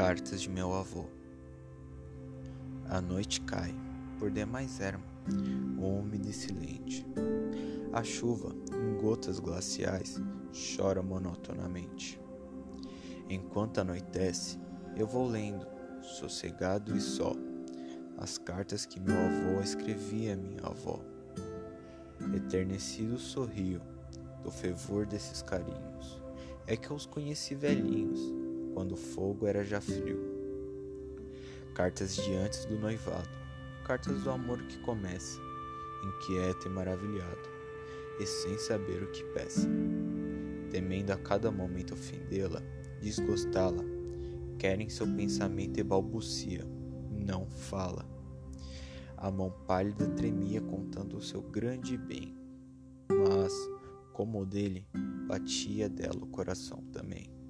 Cartas de meu avô. A noite cai, por demais erma, úmida e silente. A chuva, em gotas glaciais, chora monotonamente. Enquanto anoitece, eu vou lendo, sossegado e só, as cartas que meu avô escrevia a minha avó. Eternecido sorrio do fervor desses carinhos. É que eu os conheci velhinhos, quando o fogo era já frio. Cartas de antes do noivado, cartas do amor que começa, inquieto e maravilhado, e sem saber o que peça. Temendo a cada momento ofendê-la, desgostá-la, querem seu pensamento e balbucia, não fala. A mão pálida tremia contando o seu grande bem, mas, como o dele, batia dela o coração também.